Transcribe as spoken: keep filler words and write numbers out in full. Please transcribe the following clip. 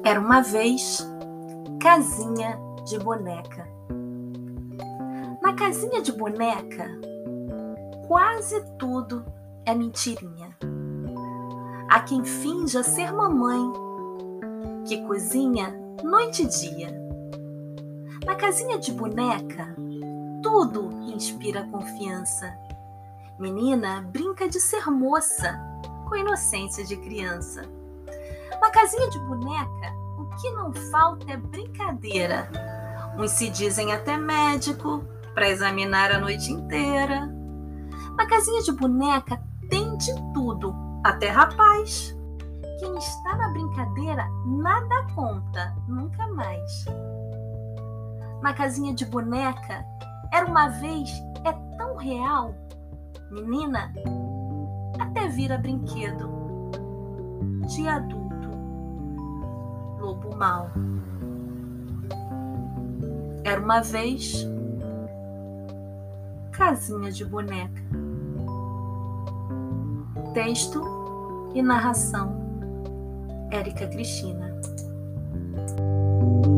Era uma vez casinha de boneca. Na casinha de boneca, quase tudo é mentirinha. Há quem finja ser mamãe, que cozinha noite e dia. Na casinha de boneca, tudo inspira confiança. Menina brinca de ser moça, com inocência de criança. Na casinha de boneca, o que não falta é brincadeira. Uns se dizem até médico para examinar a noite inteira. Na casinha de boneca tem de tudo, até rapaz. Quem está na brincadeira nada conta, nunca mais. Na casinha de boneca, era uma vez, é tão real. Menina, até vira brinquedo de adulto, lobo mau. Era uma vez casinha de boneca. Texto e narração: Érica Cristina.